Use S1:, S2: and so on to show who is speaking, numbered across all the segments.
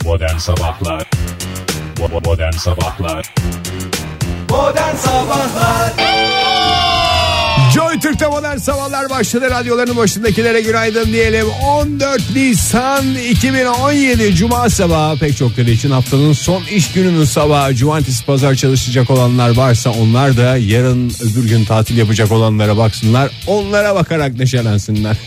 S1: Modern Sabahlar. Modern Sabahlar.
S2: Modern Sabahlar.
S3: Joy Türk'te Modern Sabahlar başladı. Radyoların başındakilere günaydın diyelim. 14 Nisan 2017 Cuma sabahı, pek çokları için haftanın son iş gününün sabahı. Cumartesi pazar çalışacak olanlar varsa onlar da yarın öbür gün tatil yapacak olanlara baksınlar. Onlara bakarak neşelensinler.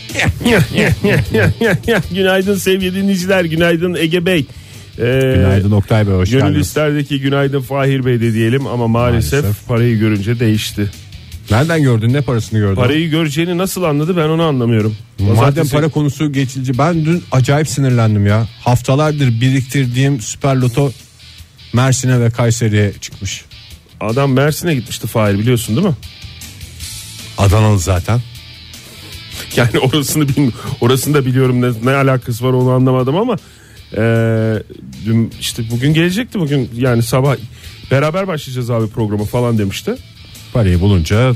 S4: Günaydın sevgili dinleyiciler, günaydın Ege Bey.
S3: Günaydın Oktay Bey, hoş geldiniz.
S4: Gönül isterdeki günaydın Fahir Bey de diyelim ama maalesef parayı görünce değişti.
S3: Nereden gördün, ne parasını gördün?
S4: Parayı göreceğini nasıl anladı, ben onu anlamıyorum.
S3: Madem para konusu geçici, ben dün acayip sinirlendim ya. Haftalardır biriktirdiğim Süper Loto Mersin'e ve Kayseri'ye çıkmış.
S4: Adam Mersin'e gitmişti Fahir, biliyorsun değil mi?
S3: Adanalı zaten.
S4: Yani orasını da biliyorum, ne alakası var onu anlamadım ama dün işte bugün gelecekti, bugün yani sabah beraber başlayacağız abi programa falan demişti.
S3: Parayı bulunca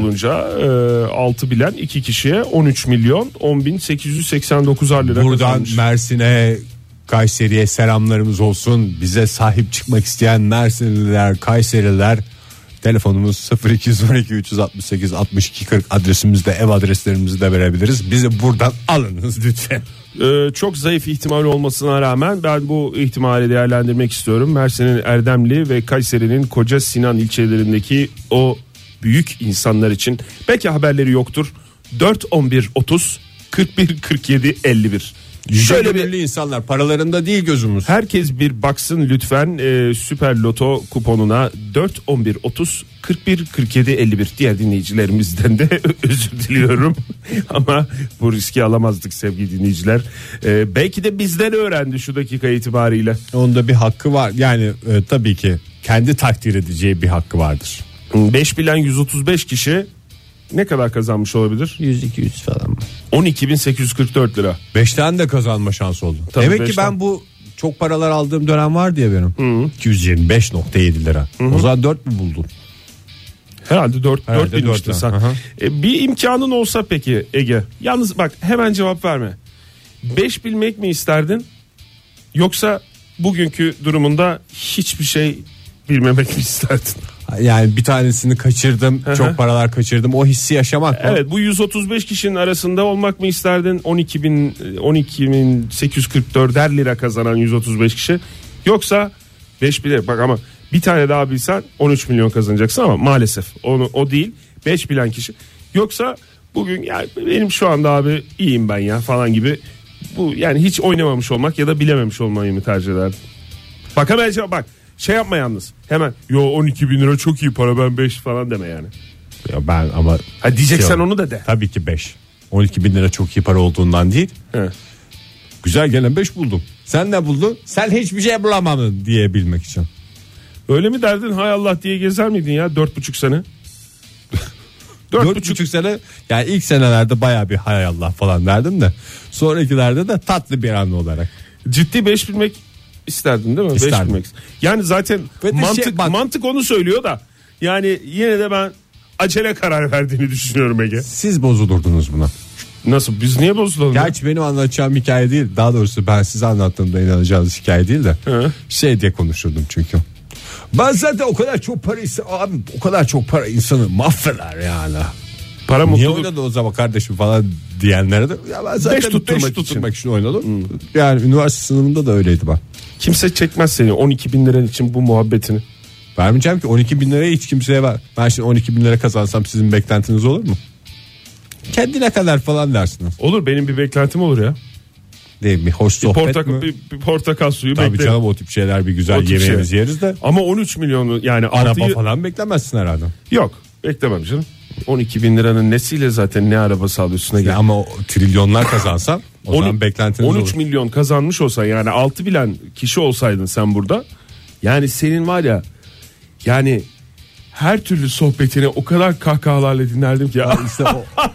S4: 6 bilen 2 kişiye 13 milyon 10.889 lira
S3: buradan
S4: kazanmış.
S3: Mersin'e, Kayseri'ye selamlarımız olsun. Bize sahip çıkmak isteyen Mersinliler, Kayseriler, telefonumuz 0212 368 62 40, adresimizde, ev adreslerimizi de verebiliriz. Bizi buradan alınız lütfen.
S4: Çok zayıf ihtimal olmasına rağmen ben bu ihtimali değerlendirmek istiyorum. Mersin'in Erdemli ve Kayseri'nin Koca Sinan ilçelerindeki o büyük insanlar için belki haberleri yoktur. 4-11-30 41-47-51.
S3: Şöyle belirli insanlar, paralarında değil gözümüz.
S4: Herkes bir baksın lütfen Süper Loto kuponuna 4-11-30 41-47-51. Diğer dinleyicilerimizden de özür diliyorum ama bu riski alamazdık sevgili dinleyiciler. Belki de bizden öğrendi şu dakika itibariyle.
S3: Onda bir hakkı var yani, tabii ki kendi takdir edeceği bir hakkı vardır.
S4: 5 bilen 135 kişi ne kadar kazanmış olabilir?
S3: 100-200 falan.
S4: 12.844 lira.
S3: 5'ten de kazanma şansı oldu.
S4: Tabii
S3: demek ki
S4: beşten.
S3: ben bu çok paralar aldığım dönem var diye benim. 225.7 lira. O zaman 4 mü buldun?
S4: Herhalde 4 bilmiştin sen.
S3: Aha.
S4: Bir imkanın olsa peki Ege. Yalnız bak, hemen cevap verme. 5 bilmek mi isterdin? Yoksa bugünkü durumunda hiçbir şey bilmemek mi isterdin?
S3: Yani bir tanesini kaçırdım, çok paralar kaçırdım, o hissi yaşamak mı?
S4: Evet, bu 135 kişinin arasında olmak mı isterdin? 12.844 lira kazanan 135 kişi. Yoksa 5 bilen, bak ama bir tane daha bilsen 13 milyon kazanacaksın ama maalesef o değil, 5 bilen kişi. Yoksa bugün yani benim şu anda abi iyiyim ben ya falan gibi, bu yani hiç oynamamış olmak ya da bilememiş olmayı mı tercih ederdin? Bak hemen bak. Şey yapma yalnız. Hemen 12 bin lira çok iyi para, ben 5 falan deme yani.
S3: Ya ben ama
S4: diyeceksen onu da de.
S3: Tabii ki 5. 12 bin lira çok iyi para olduğundan değil.
S4: He.
S3: Güzel, gelen 5 buldum. Sen ne buldun? Sen hiçbir şey bulamadın diyebilmek için.
S4: Öyle mi derdin, hay Allah diye gezer miydin ya 4,5 sene?
S3: 4,5 sene yani, ilk senelerde baya bir hay Allah falan derdim de, sonrakilerde de tatlı bir an olarak.
S4: Ciddi 5 bilmek isterdin değil mi?
S3: İsterdim.
S4: 5 bilmek. Yani zaten
S3: Ve
S4: mantık onu söylüyor da, yani yine de ben acele karar verdiğini düşünüyorum Ege.
S3: Siz bozulurdunuz buna.
S4: Nasıl, biz niye bozulalım?
S3: Gerçi benim anlatacağım hikaye değil, daha doğrusu ben size anlattığımda inanacağınız hikaye değil de şey diye konuşurdum çünkü. Ben zaten o kadar çok para abi, o kadar çok para insanı mahveder yani.
S4: Para
S3: Niye
S4: mutluluk.
S3: oynadı o zaman kardeşim falan diyenlere de ya ben zaten 5 tutturmak için oynadım. Yani üniversite sınavında da öyleydi ben.
S4: Kimse çekmez seni 12 bin liran için bu muhabbetini.
S3: Vermeyeceğim ki 12 bin lirayı hiç kimseye ver. Ben şimdi 12 bin lira kazansam sizin beklentiniz olur mu? Kendine kadar falan dersiniz.
S4: Olur, benim bir beklentim olur ya.
S3: Değil mi? Hoş sohbet mi?
S4: Bir portakal suyu
S3: Tabii
S4: beklerim.
S3: canım, o tip şeyler, bir güzel yemeğimizi yeriz de.
S4: Ama 13 milyonu yani
S3: Araba falan beklemezsin herhalde.
S4: Yok, beklemem canım. 12 bin liranın nesiyle zaten ne arabası alıyorsun?
S3: Ya ama o trilyonlar kazansan o zaman beklentiniz
S4: 13
S3: olur.
S4: milyon kazanmış olsan, yani 6 bilen kişi olsaydın sen burada, yani senin var ya, yani her türlü sohbetini o kadar kahkahalarla dinlerdim ki ya.
S3: İşte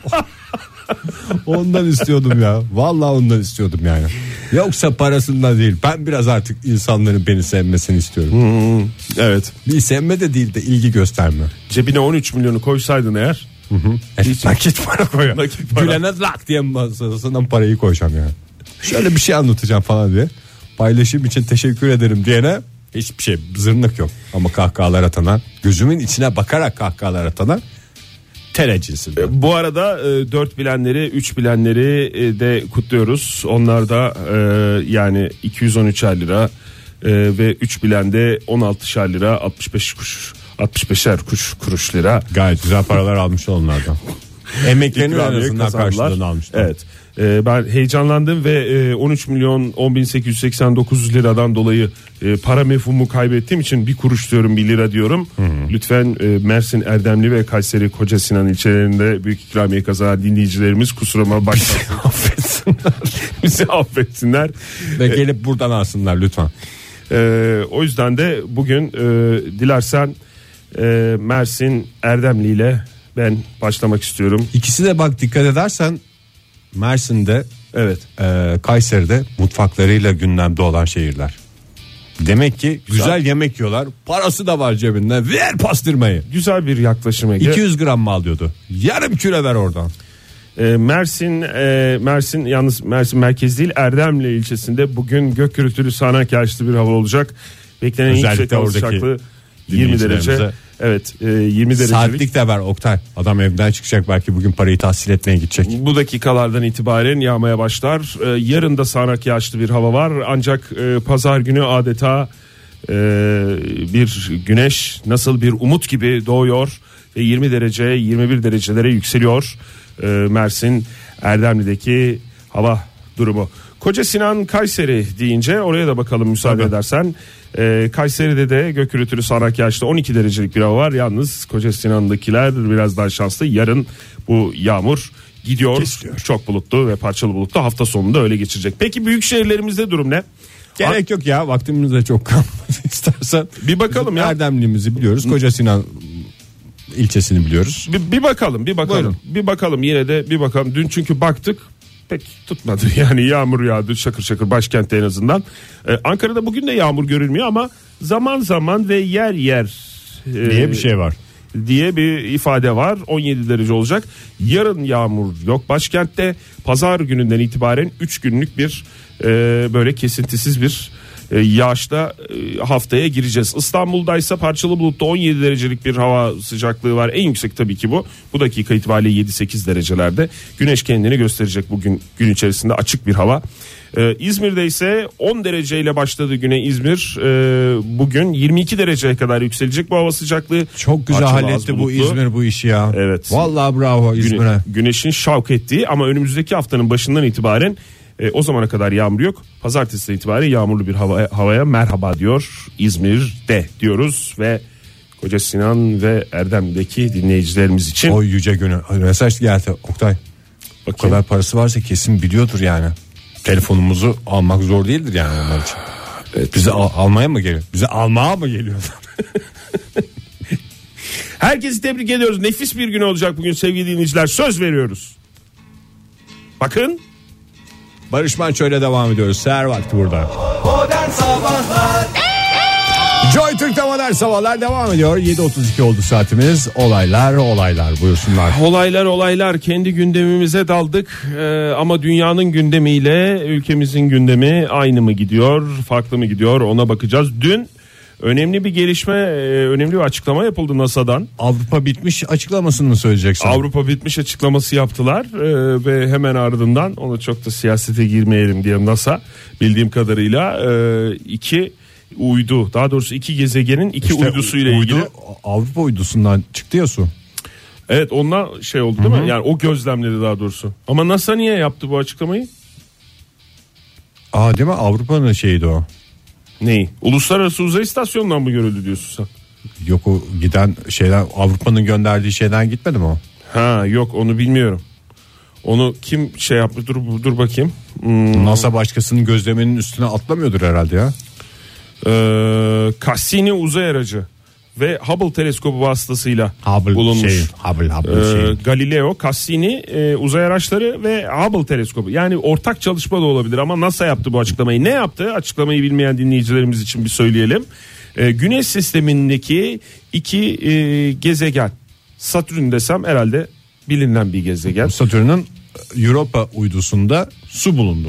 S3: ondan istiyordum ya. Vallahi ondan istiyordum yani. Yoksa parasından değil. Ben biraz artık insanların beni sevmesini istiyorum.
S4: Evet.
S3: Bir sevme de değil de ilgi gösterme.
S4: Cebine 13 milyonu koysaydın eğer.
S3: Nakit para koyuyor.
S4: Nakit para.
S3: Gülene lak diye masasından parayı koyacağım yani. Şöyle bir şey anlatacağım falan diye. paylaşım için teşekkür ederim diyene hiçbir şey, zırnık yok. Ama kahkahalar atana, gözümün içine bakarak kahkahalar atana terecinsin.
S4: Bu arada 4 bilenleri 3 bilenleri de kutluyoruz. Onlar da yani 213'er lira ve 3 bilende 16'şer lira 65'er kuruş lira.
S3: Gayet güzel paralar almış onlardan. Emeklerinin arasından karşılığını almışlar.
S4: Evet. Ben heyecanlandım ve 13 milyon 10.889 liradan dolayı para mefhumu kaybettiğim için bir kuruş diyorum, 1 lira diyorum. Lütfen Mersin, Erdemli ve Kayseri Kocasinan ilçelerinde büyük ikramiye kazanan dinleyicilerimiz kusuruma bakmasınlar. Bizi affetsinler.
S3: Ve gelip buradan alsınlar lütfen.
S4: O yüzden de bugün dilersen Mersin, Erdemli ile ben başlamak istiyorum.
S3: İkisi de bak dikkat edersen Mersin'de,
S4: evet,
S3: Kayseri'de mutfaklarıyla gündemde olan şehirler. Demek ki güzel yemek yiyorlar. Parası da var cebinde. Ver pastırmayı.
S4: Güzel bir yaklaşım Ege.
S3: 200 gram mı alıyordu? Yarım kilo ver oradan.
S4: Mersin yalnız Mersin merkez değil, Erdemli ilçesinde bugün gök gürültülü sağanak yağışlı bir hava olacak. Beklenen yüksek hava sıcaklığı 20 derece. Evet, 20 derece.
S3: Saatlik de ver Oktay. Adam evden çıkacak, belki bugün parayı tahsil etmeye gidecek.
S4: Bu dakikalardan itibaren yağmaya başlar. Yarın da sağanak yağışlı bir hava var. Ancak pazar günü adeta bir güneş nasıl bir umut gibi doğuyor ve 20 derece 21 derecelere yükseliyor. Mersin Erdemli'deki hava durumu. Kocasinan Kayseri deyince oraya da bakalım müsaade edersen. Kayseri'de de gök gürültülü sağanak yağışlı 12 derecelik bir hava var. Yalnız Kocasinan'dakiler biraz daha şanslı. Yarın bu yağmur gidiyor. Kesiliyor. Çok bulutlu ve parçalı bulutlu, hafta sonunda öyle geçecek. Peki büyük şehirlerimizde durum ne?
S3: Gerek yok ya, vaktimiz de çok kalmadı. İstersen
S4: bir bakalım ya.
S3: Erdemli'mizi biliyoruz. Kocasinan ilçesini biliyoruz.
S4: Bir bakalım.
S3: Buyurun.
S4: Bir bakalım yine de bir bakalım. Dün çünkü baktık pek tutmadı. Yani yağmur yağdı şakır şakır başkentte en azından. Ankara'da bugün de yağmur görülmüyor ama zaman zaman ve yer yer
S3: diye bir şey var.
S4: Diye bir ifade var. 17 derece olacak. Yarın yağmur yok başkentte. Pazar gününden itibaren 3 günlük bir böyle kesintisiz bir yağışla haftaya gireceğiz. İstanbul'daysa parçalı bulutlu 17 derecelik bir hava sıcaklığı var. En yüksek tabii ki bu. Bu dakika itibariyle 7-8 derecelerde. Güneş kendini gösterecek bugün, gün içerisinde açık bir hava. İzmir'de ise 10 dereceyle başladı güne İzmir. Bugün 22 dereceye kadar yükselecek bu hava sıcaklığı.
S3: Çok güzel halletti bu İzmir bu işi ya.
S4: Evet.
S3: Vallahi bravo İzmir'e.
S4: Güneşin şavk ettiği ama önümüzdeki haftanın başından itibaren o zamana kadar yağmur yok. Pazartesi'den itibaren yağmurlu bir havaya merhaba diyor İzmir'de diyoruz ve Kocasinan ve Erdem'deki dinleyicilerimiz için.
S3: O yüce günü. Mesaj geldi Oktay. O kadar parası varsa kesin biliyordur yani. Telefonumuzu almak zor değildir yani onlar için. Evet, bizi almaya mı geliyor? Bizi almaya mı geliyorlar?
S4: Herkesi tebrik ediyoruz. Nefis bir gün olacak bugün sevgili dinleyiciler. Söz veriyoruz. Bakın.
S3: Barış Manço'yla devam ediyoruz. Seher vakti burada.
S2: Modern Sabahlar.
S3: Joy Türk'te Modern Sabahlar devam ediyor. 7.32 oldu saatimiz. Olaylar buyursunlar.
S4: Olaylar kendi gündemimize daldık. Ama dünyanın gündemiyle ülkemizin gündemi aynı mı gidiyor, farklı mı gidiyor, ona bakacağız. Dün önemli bir gelişme, önemli bir açıklama yapıldı NASA'dan.
S3: Avrupa bitmiş açıklamasını mı söyleyeceksin?
S4: Avrupa bitmiş açıklaması yaptılar ve hemen ardından, onu çok da siyasete girmeyelim diye NASA bildiğim kadarıyla iki uydu, daha doğrusu iki gezegenin iki işte uydusuyla ilgili.
S3: Avrupa uydusundan çıktı ya su.
S4: Evet, ondan şey oldu değil mi? Yani o gözlemledi daha doğrusu. Ama NASA niye yaptı bu açıklamayı?
S3: Değil mi? Avrupa'nın şeyiydi o.
S4: Neyi? Uluslararası Uzay İstasyonu'ndan mı görüldü diyorsun sen?
S3: Yok, o giden şeyden, Avrupa'nın gönderdiği şeyden gitmedi mi o?
S4: Yok, onu bilmiyorum. Onu kim şey yaptı? Dur bakayım.
S3: NASA başkasının gözleminin üstüne atlamıyordur herhalde ya.
S4: Cassini uzay aracı ve Hubble teleskobu vasıtasıyla bulunmuş. Galileo, Cassini uzay araçları ve Hubble teleskobu. Yani ortak çalışma da olabilir ama NASA yaptı bu açıklamayı. Ne yaptı? Açıklamayı bilmeyen dinleyicilerimiz için bir söyleyelim. Güneş sistemindeki iki gezegen. Satürn desem herhalde bilinen bir gezegen.
S3: Satürn'ün Europa uydusunda su bulundu.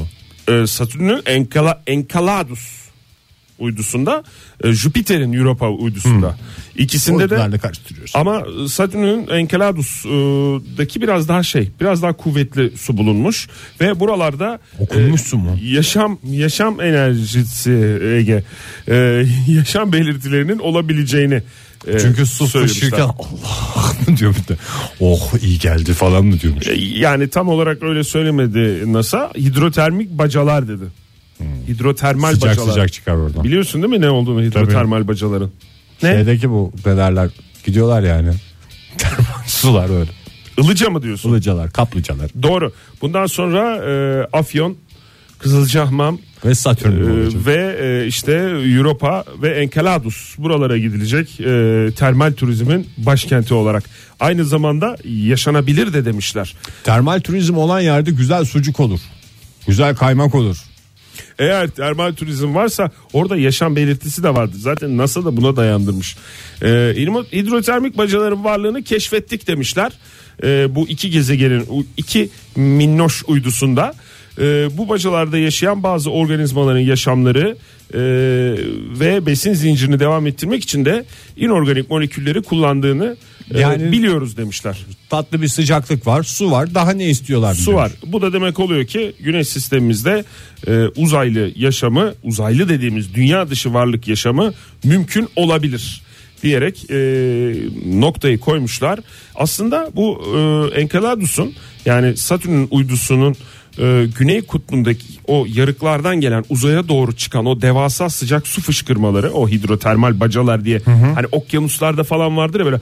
S4: Satürn'ün Enceladus uydusunda, Jüpiter'in Europa uydusunda. İkisinde de
S3: karıştırıyoruz.
S4: ama Satürn'ün Enceladus'daki biraz daha kuvvetli su bulunmuş ve buralarda
S3: Okunmuş su mu?
S4: yaşam enerjisi, Ege, yaşam belirtilerinin olabileceğini
S3: Çünkü su
S4: söylemişler.
S3: fışırken Allah mı diyor bir de. Oh iyi geldi falan mı diyormuş.
S4: Yani tam olarak öyle söylemedi NASA. Hidrotermik bacalar dedi. Hidrotermal
S3: Sıcak
S4: bacalar.
S3: sıcak çıkar oradan.
S4: Biliyorsun değil mi ne olduğunu hidrotermal bacaların? Ne?
S3: Şeydeki bu belerler gidiyorlar yani. Termal sular öyle.
S4: Ilıca mı diyorsun?
S3: Ilıcalar, kaplıcalar
S4: Doğru. Bundan sonra Afyon, Kızılcahamam
S3: ve Satürn
S4: ve işte Europa ve Enceladus buralara gidilecek termal turizmin başkenti olarak. Aynı zamanda yaşanabilir de demişler.
S3: Termal turizm olan yerde güzel sucuk olur. Güzel kaymak olur.
S4: Eğer termal turizm varsa orada yaşam belirtisi de vardır. Zaten NASA da buna dayandırmış. Hidrotermik bacaların varlığını keşfettik demişler. Bu iki gezegenin, iki minnoş uydusunda. Bu bacalarda yaşayan bazı organizmaların yaşamları ve besin zincirini devam ettirmek için de inorganik molekülleri kullandığını
S3: Yani-
S4: biliyoruz demişler.
S3: Tatlı bir sıcaklık var, su var. Daha ne istiyorlar?
S4: Su var. Bu da demek oluyor ki Güneş sistemimizde uzaylı yaşamı, uzaylı dediğimiz dünya dışı varlık yaşamı mümkün olabilir diyerek noktayı koymuşlar. Aslında bu Enceladus'un, yani Satürn'ün uydusunun Güney kutbundaki o yarıklardan gelen uzaya doğru çıkan o devasa sıcak su fışkırmaları, o hidrotermal bacalar diye hani okyanuslarda falan vardır ya böyle.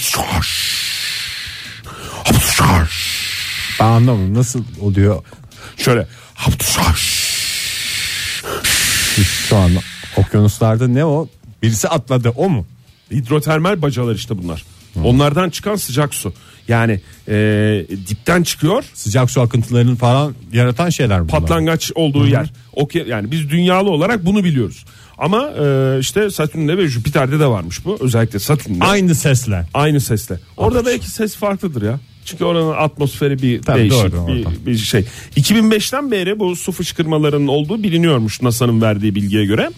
S3: Ben anlamadım nasıl oluyor.
S4: Şöyle
S3: Şu an okyanuslarda ne o? Birisi atladı, o mu?
S4: hidrotermal bacalar işte bunlar. Onlardan çıkan sıcak su. Yani dipten çıkıyor.
S3: Sıcak su akıntılarını falan yaratan şeyler bunlar.
S4: Patlangaç olduğu yer. Yani biz dünyalı olarak bunu biliyoruz. Ama işte Satürn'de ve Jüpiter'de de varmış bu. Özellikle Satürn'de.
S3: Aynı sesle.
S4: Aynı sesle. Orada belki ses farklıdır ya. Çünkü oranın atmosferi bir
S3: Tabii
S4: değişik
S3: doğru,
S4: bir şey. 2005'ten beri bu su fışkırmalarının olduğu biliniyormuş NASA'nın verdiği bilgiye göre.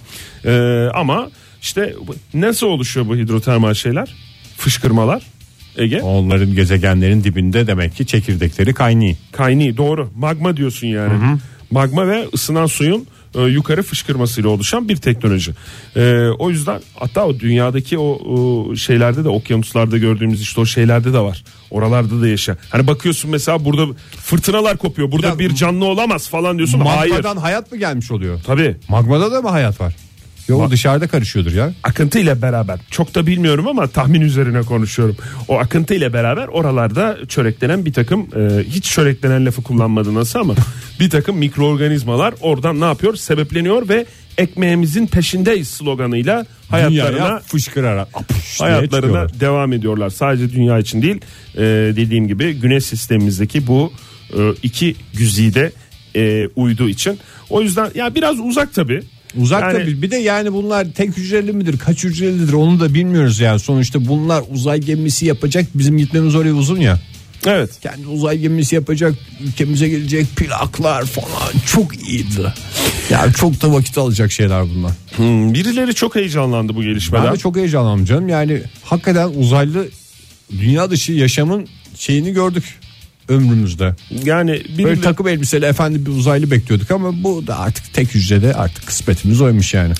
S4: Ama işte nasıl oluşuyor bu hidrotermal şeyler? Fışkırmalar. Ege?
S3: Onların gezegenlerin dibinde demek ki çekirdekleri kaynıyor.
S4: Kaynıyor, doğru. Magma diyorsun yani. Magma ve ısınan suyun yukarı fışkırmasıyla oluşan bir teknoloji. O yüzden hatta o dünyadaki o şeylerde de, okyanuslarda gördüğümüz işte o şeylerde de var. Oralarda da yaşa. Hani bakıyorsun mesela burada fırtınalar kopuyor. Burada bir canlı olamaz falan diyorsun. Hayır.
S3: Magmadan hayat mı gelmiş oluyor?
S4: Tabii.
S3: Magmada da mı hayat var? Yok, dışarıda karışıyordur ya.
S4: Akıntı ile beraber, çok da bilmiyorum ama tahmin üzerine konuşuyorum. O akıntı ile beraber oralarda çöreklenen bir takım, hiç çöreklenen lafı kullanmadı nasıl ama bir takım mikroorganizmalar oradan ne yapıyor? Sebepleniyor ve ekmeğimizin peşindeyiz sloganıyla hayatlarına
S3: Dünyaya fışkırarak
S4: hayatlarına devam ediyorlar. Sadece dünya için değil, dediğim gibi Güneş sistemimizdeki bu iki güzide uydu için. O yüzden ya biraz uzak tabii.
S3: Uzak
S4: Yani-
S3: tabii. Bir de yani bunlar tek hücreli midir, kaç hücrelidir onu da bilmiyoruz yani. Sonuçta bunlar uzay gemisi yapacak. Bizim gitmemiz oraya uzun ya.
S4: Evet.
S3: Kendi uzay gemisi yapacak, ülkemize gelecek, plaklar falan çok iyiydi. Yani çok da vakit alacak şeyler bunlar.
S4: Birileri çok heyecanlandı bu gelişmeden.
S3: Ben de çok heyecanlandım canım. Yani hakikaten uzaylı dünya dışı yaşamın şeyini gördük ömrümüzde.
S4: Yani
S3: Böyle takım elbiseli efendi bir uzaylı bekliyorduk ama bu da artık tek hücrede, artık kısmetimiz oymuş yani.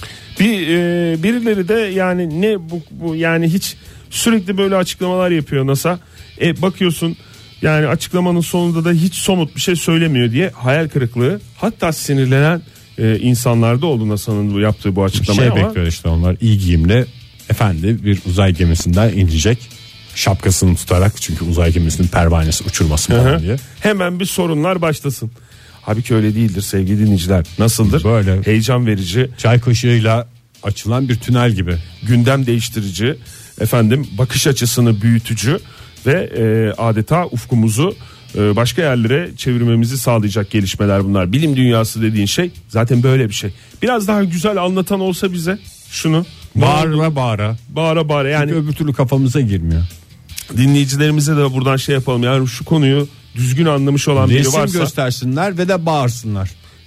S4: birileri de yani ne bu yani hiç sürekli böyle açıklamalar yapıyor NASA. Bakıyorsun yani açıklamanın sonunda da hiç somut bir şey söylemiyor diye hayal kırıklığı, hatta sinirlenen insanlar da oldu NASA'nın yaptığı bu açıklamayı.
S3: Şey bekliyor işte onlar, iyi giyimli efendi bir uzay gemisinden inecek, şapkasını tutarak, çünkü uzay gemisinin pervanesi uçurmasın falan diye.
S4: Hemen bir sorunlar başlasın. Halbuki öyle değildir sevgili dinleyiciler. Nasıldır?
S3: Böyle.
S4: Heyecan verici,
S3: Çay kaşığıyla açılan bir tünel gibi.
S4: gündem değiştirici, bakış açısını büyütücü ve adeta ufkumuzu başka yerlere çevirmemizi sağlayacak gelişmeler bunlar. Bilim dünyası dediğin şey zaten böyle bir şey. Biraz daha güzel anlatan olsa bize şunu.
S3: Bağıra
S4: Bağıra yani.
S3: Çünkü öbür türlü kafamıza girmiyor.
S4: Dinleyicilerimize de buradan şey yapalım. Yani şu konuyu düzgün anlamış olan biri
S3: Resim
S4: varsa.
S3: göstersinler ve de bağırsınlar.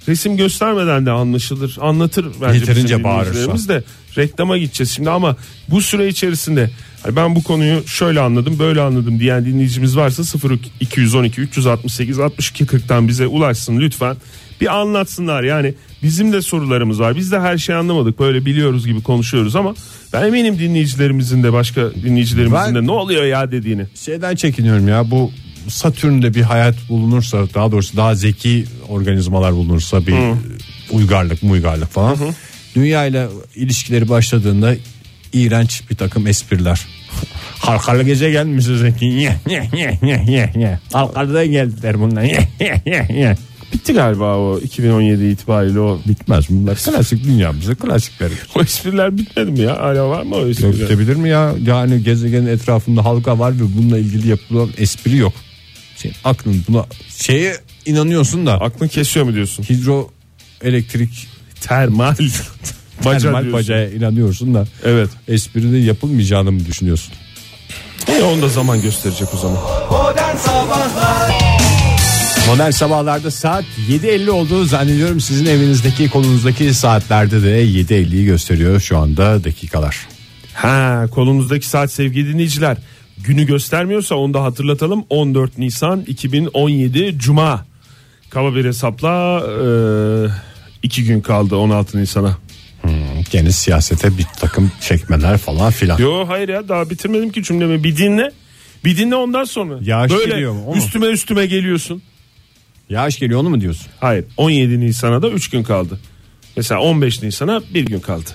S4: resim göstermeden de anlatır bence.
S3: Yeterince bağırırsa.
S4: De reklama gideceğiz şimdi ama bu süre içerisinde ben bu konuyu şöyle anladım böyle anladım diyen dinleyicimiz varsa 0212 368 62 40'tan bize ulaşsın lütfen. Bir anlatsınlar, yani bizim de sorularımız var, biz de her şeyi anlamadık, böyle biliyoruz gibi konuşuyoruz ama ben eminim dinleyicilerimizin de başka dinleyicilerimizin de ne oluyor ya dediğini.
S3: Şeyden çekiniyorum ya, bu Satürn'de bir hayat bulunursa, daha doğrusu daha zeki organizmalar bulunursa, bir uygarlık falan. Dünya ile ilişkileri başladığında iğrenç bir takım espriler. Halkalı gece gelmişiz zeki. Halkalı'da geldiler bunlar.
S4: Bitti galiba o 2017 itibariyle o.
S3: Bitmez bunlar. Klasik dünyamızda klasikler.
S4: O espriler bitmedi mi ya? Hala var mı o espriler?
S3: Bitebilir mi ya? Yani gezegenin etrafında halka var ve bununla ilgili yapılan espri yok. Aklın buna şeye inanıyorsun da.
S4: Aklın kesiyor mu diyorsun?
S3: Hidroelektrik
S4: termal
S3: bacaya inanıyorsun da.
S4: Evet.
S3: Esprinin yapılmayacağını mı düşünüyorsun?
S4: Onu da zaman gösterecek o zaman.
S2: Modern Sabahlar.
S3: Modern sabahlarda saat 7.50 olduğu zannediyorum, sizin evinizdeki kolunuzdaki saatlerde de 7.50'yi gösteriyor şu anda dakikalar.
S4: Kolunuzdaki saat sevgili dinleyiciler günü göstermiyorsa onu da hatırlatalım. 14 Nisan 2017 Cuma. Kaba bir hesapla 2 gün kaldı 16 Nisan'a.
S3: Gene siyasete bir takım çekmeler falan filan.
S4: Yo hayır ya, daha bitirmedim ki cümlemi, bir dinle. Bir dinle ondan sonra.
S3: Yağış
S4: böyle
S3: geliyor mu?
S4: üstüme geliyorsun.
S3: Yağış geliyor, onu mu diyorsun?
S4: Hayır, 17 Nisan'a da 3 gün kaldı. Mesela 15 Nisan'a 1 gün kaldı.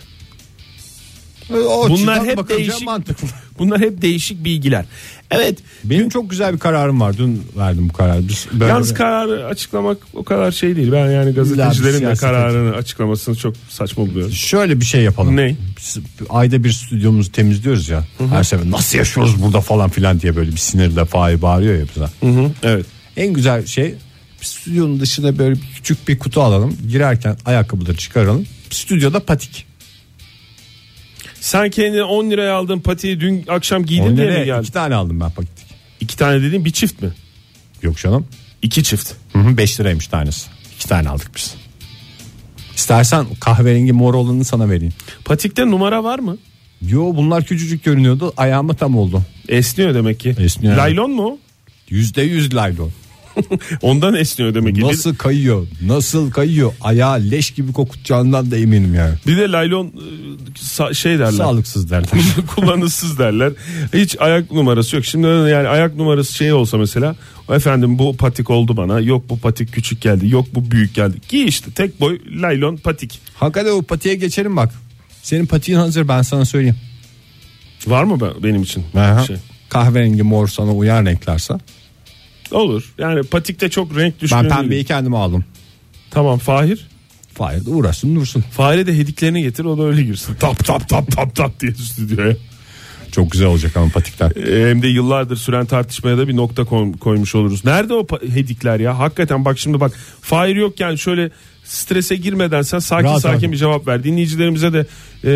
S4: Bunlar hep değişik. Bunlar hep değişik bilgiler. Evet.
S3: Benim çok güzel bir kararım var. Dün verdim bu kararı.
S4: Yalnız kararı açıklamak o kadar şey değil. Ben yani gazetecilerin de kararını açıklamasını çok saçma buluyorum.
S3: Şöyle bir şey yapalım.
S4: Ne?
S3: Ayda bir stüdyomuzu temizliyoruz ya. Her sefer nasıl yaşıyoruz burada falan filan diye böyle bir sinirle Fahir bağırıyor ya bize.
S4: Evet.
S3: En güzel şey, stüdyonun dışına böyle küçük bir kutu alalım. Girerken ayakkabıları çıkaralım. Stüdyoda patik.
S4: Sen kendine 10 liraya aldığın patiği dün akşam giydin diye mi geldin?
S3: 2 tane aldım ben patik.
S4: 2 tane dediğin bir çift mi?
S3: Yok canım.
S4: 2 çift.
S3: 5 liraymış tanesi. 2 tane aldık biz. İstersen kahverengi mor olanını sana vereyim.
S4: Patikte numara var mı?
S3: Yo, bunlar küçücük görünüyordu. Ayağıma tam oldu.
S4: Esniyor demek ki.
S3: Esniyor.
S4: Laylon mu o?
S3: %100 laylon.
S4: Ondan esniyor demek ki.
S3: Nasıl kayıyor? Ayağı leş gibi kokutacağından da eminim yani.
S4: Bir de laylon şey derler.
S3: Sağlıksız derler.
S4: Kullanışsız derler. Hiç ayak numarası yok. Şimdi yani ayak numarası şey olsa mesela, efendim bu patik oldu bana. Yok bu patik küçük geldi. Yok bu büyük geldi. Giy işte tek boy laylon patik.
S3: Hakikaten o patiğe geçelim bak. Senin patiğin hazır, ben sana söyleyeyim.
S4: Var mı benim için? Şey?
S3: Kahverengi mor sana uyar renklerse.
S4: Olur. Yani patikte çok renk düşkünü.
S3: Ben pembeyi kendime aldım.
S4: Tamam, Fahir
S3: de uğraşsın dursun.
S4: Fahir'e de hediklerini getir, o da öyle girsin. Tap diye stüdyoya.
S3: Çok güzel olacak ama patikler.
S4: Hem de yıllardır süren tartışmaya da bir nokta koymuş oluruz. Nerede o hedikler ya? Hakikaten bak şimdi bak. Fahir yokken şöyle strese girmeden sen sakin bir cevap ver. Dinleyicilerimize de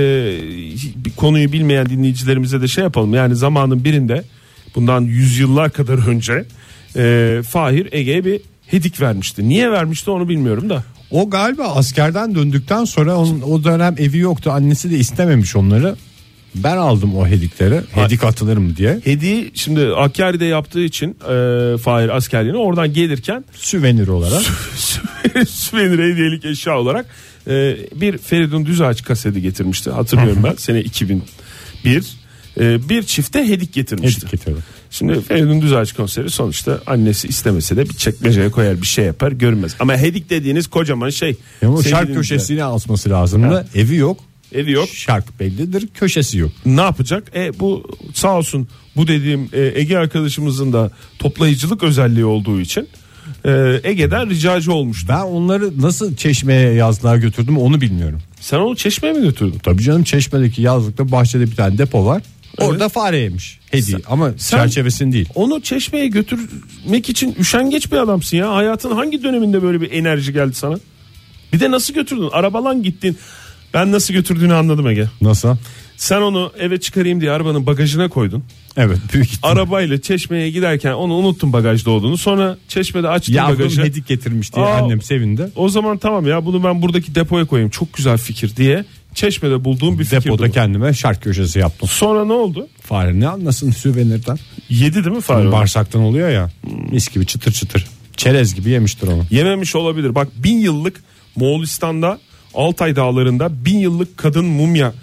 S4: konuyu bilmeyen dinleyicilerimize de şey yapalım. Yani zamanın birinde, bundan yüzyıllar kadar önce Fahir Ege'ye bir hedik vermişti. Niye vermişti onu bilmiyorum da.
S3: O galiba askerden döndükten sonra o dönem evi yoktu. Annesi de istememiş onları. Ben aldım o hedikleri. Hedik atılır mı diye.
S4: Hediği şimdi Hakkari'de yaptığı için Fahir askerliğini, oradan gelirken
S3: süvenir olarak
S4: süvenir hediyelik eşya olarak bir Feridun Düzağaç kaseti getirmişti. Hatırlıyorum ben. Sene 2001. Bir çifte hedik getirmişti. Şimdi Feridun Düzağaç konseri sonuçta annesi istemese de bir çekmeceye koyar, bir şey yapar, görmez. Ama hedik dediğiniz kocaman şey.
S3: O şark köşesine asması lazımdı. Evi yok. Şark bellidir, köşesi yok.
S4: Ne yapacak? Bu sağ olsun, bu dediğim Ege arkadaşımızın da toplayıcılık özelliği olduğu için Ege'den ricacı olmuştu.
S3: Ben onları nasıl Çeşme'ye yazlığa götürdüm onu bilmiyorum.
S4: Sen onu Çeşme'ye mi götürdün?
S3: Tabii canım, Çeşme'deki yazlıkta bahçede bir tane depo var. Evet. Orada fare yemiş hediye ama çerçevesini değil.
S4: Onu Çeşme'ye götürmek için üşengeç bir adamsın ya. Hayatın hangi döneminde böyle bir enerji geldi sana? Bir de nasıl götürdün? Arabalan gittin. Ben nasıl götürdüğünü anladım Ege.
S3: Nasıl?
S4: Sen onu eve çıkarayım diye arabanın bagajına koydun.
S3: Evet, büyük ihtimal.
S4: Arabayla Çeşme'ye giderken onu unuttun bagajda olduğunu. Sonra Çeşme'de açtın bagajı.
S3: Yavrum hedik getirmiş diye annem sevindi.
S4: O zaman tamam ya, bunu ben buradaki depoya koyayım. Çok güzel fikir diye Çeşme'de bulduğum bir fikir.
S3: Depoda kendime şark köşesi yaptım.
S4: Sonra ne oldu?
S3: Fare ne anlasın süvenirden.
S4: Yedi değil mi fare?
S3: Bağırsaktan oluyor ya. Mis gibi çıtır çıtır. Çerez gibi yemiştir onu.
S4: Yememiş olabilir. Bak 1000 yıllık Moğolistan'da Altay dağlarında 1000 yıllık kadın mumya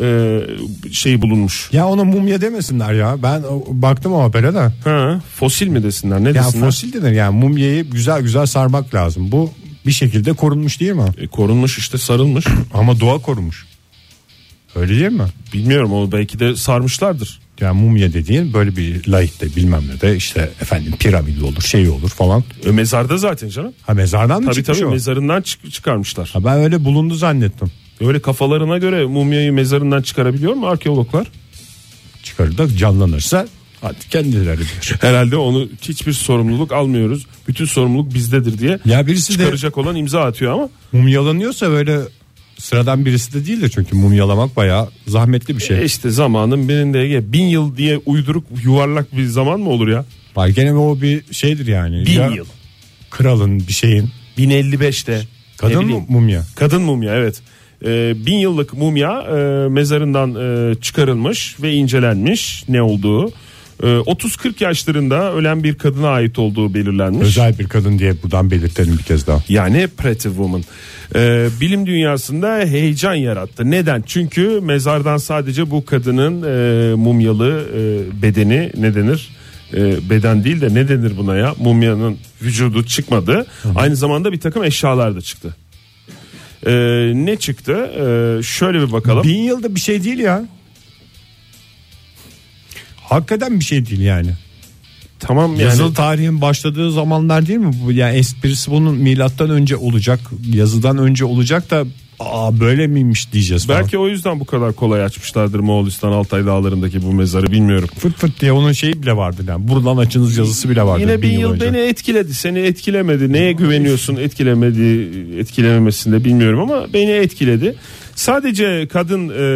S4: şey bulunmuş.
S3: Ya ona mumya demesinler ya. Ben baktım o habere de.
S4: Ha, fosil mi desinler, ne
S3: Ya
S4: desinler?
S3: fosil denir yani, mumyayı güzel güzel sarmak lazım. Bu bir şekilde korunmuş değil mi?
S4: Korunmuş işte, sarılmış.
S3: Ama doğa korumuş. Öyle değil mi?
S4: Bilmiyorum, onu belki de sarmışlardır.
S3: Yani mumya dediğin böyle bir layıkta bilmem ne de işte efendim piramidi olur, şey olur falan.
S4: Mezarda zaten canım.
S3: Ha, mezardan mı
S4: Tabii
S3: çıkmış
S4: tabii,
S3: o?
S4: mezarından çıkarmışlar.
S3: Ha, ben öyle bulundu zannettim.
S4: Öyle kafalarına göre mumyayı mezarından çıkarabiliyor mu arkeologlar?
S3: Çıkarır da canlanırsa hadi kendileri bilir.
S4: Herhalde onu hiçbir sorumluluk almıyoruz. Bütün sorumluluk bizdedir diye
S3: Ya birisi de
S4: çıkaracak olan imza atıyor ama.
S3: mumyalanıyorsa böyle sıradan birisi de değildir, çünkü mumyalamak bayağı zahmetli bir şey.
S4: İşte zamanın birinde Ege, 1000 yıl diye uyduruk yuvarlak bir zaman mı olur ya?
S3: Var gene o bir şeydir yani.
S4: 1000
S3: Ya
S4: yıl.
S3: kralın bir şeyin.
S4: 1055'te.
S3: Kadın mı mumya?
S4: Kadın mumya, evet. 1000 yıllık mumya mezarından çıkarılmış ve incelenmiş ne olduğu. 30-40 yaşlarında ölen bir kadına ait olduğu belirlenmiş.
S3: Özel bir kadın diye buradan belirtelim bir kez daha.
S4: Yani Pretty Woman. Bilim dünyasında heyecan yarattı. Neden? Çünkü mezardan sadece bu kadının mumyalı bedeni, ne denir? Beden değil de ne denir buna ya? Mumyanın vücudu çıkmadı. Aynı zamanda bir takım eşyalar da çıktı. Ne çıktı? Şöyle bir bakalım.
S3: 1000 yılda bir şey değil ya. Hakikaten bir şey değil yani.
S4: Tamam yani.
S3: Yazılı tarihin başladığı zamanlar değil mi bu? Yani esprisi bunun milattan önce olacak, yazıdan önce olacak da böyle miymiş diyeceğiz falan.
S4: Belki o yüzden bu kadar kolay açmışlardır Moğolistan Altay dağlarındaki bu mezarı, bilmiyorum.
S3: Fırt fırt diye onun şeyi bile vardı yani. Buradan açınız yazısı bile vardı.
S4: Yine 1000 yıl
S3: önce.
S4: beni etkiledi. Seni etkilemedi. Neye güveniyorsun etkilememesinde bilmiyorum ama beni etkiledi. Sadece kadın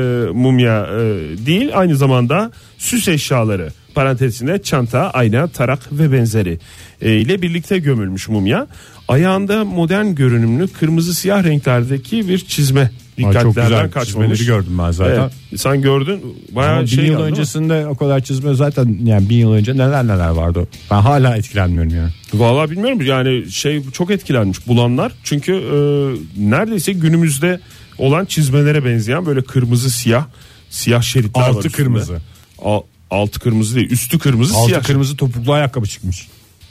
S4: mumya değil, aynı zamanda süs eşyaları, parantezinde çanta, ayna, tarak ve benzeri ile birlikte gömülmüş mumya. Ayağında modern görünümlü kırmızı siyah renklerdeki bir çizme
S3: Çok
S4: dikkatlerden
S3: güzel
S4: kaçmamış.
S3: çizmeleri gördüm ben zaten.
S4: Evet, sen gördün bayağı
S3: 1000
S4: şey
S3: yıl
S4: geldi,
S3: öncesinde o kadar çizme zaten, yani 1000 yıl önce neler vardı. Ben hala etkilenmiyorum yani.
S4: Vallahi bilmiyorum yani, çok etkilenmiş bulanlar. Çünkü neredeyse günümüzde olan çizmelere benzeyen böyle kırmızı siyah şeritler var.
S3: Altı
S4: üstünde.
S3: kırmızı.
S4: Altı kırmızı değil, üstü kırmızı,
S3: Altı
S4: siyah.
S3: kırmızı topuklu ayakkabı çıkmış.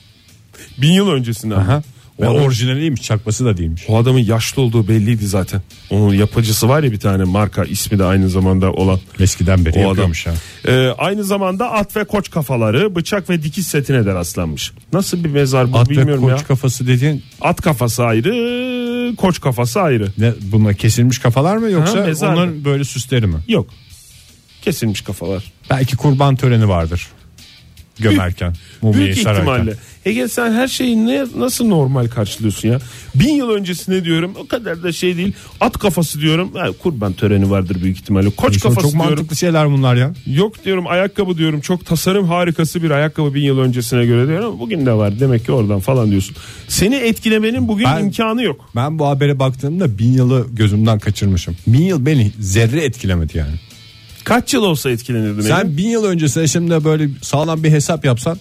S4: 1000 yıl öncesinden.
S3: Aha. Ve
S4: O adam-
S3: orijinaliymiş, çakması da değilmiş.
S4: O adamın yaşlı olduğu belliydi zaten. Onun yapıcısı var ya, bir tane marka ismi de aynı zamanda olan.
S3: Eskiden beri
S4: O
S3: yapıyormuş
S4: adam.
S3: ya.
S4: Aynı zamanda at ve koç kafaları, bıçak ve dikiş setine de rastlanmış. Nasıl bir mezar bu
S3: At ve
S4: bilmiyorum
S3: koç
S4: ya.
S3: kafası dediğin
S4: At kafası ayrı, koç kafası ayrı.
S3: ne, bunlar kesilmiş kafalar mı yoksa
S4: mezar mı?
S3: onların böyle süsleri mi?
S4: Yok. Kesilmiş kafalar.
S3: Belki kurban töreni vardır. Gömerken, mumyayı
S4: Büyük
S3: sararken.
S4: ihtimalle. Ege, sen her şeyi nasıl normal karşılıyorsun ya? 1000 yıl öncesine diyorum, o kadar da şey değil. At kafası diyorum, kurban töreni vardır büyük ihtimalle. Koç
S3: Çok
S4: kafası diyorum.
S3: mantıklı şeyler bunlar ya.
S4: Yok diyorum, ayakkabı diyorum, çok tasarım harikası bir ayakkabı 1000 yıl öncesine göre diyorum ama bugün de var demek ki oradan falan diyorsun. Seni etkilemenin bugün imkanı yok.
S3: Ben bu habere baktığımda 1000 yılı gözümden kaçırmışım. 1000 yıl beni zerre etkilemedi yani.
S4: Kaç yıl olsa etkilenirdin.
S3: Sen 1000 yıl öncesine şimdi böyle sağlam bir hesap yapsan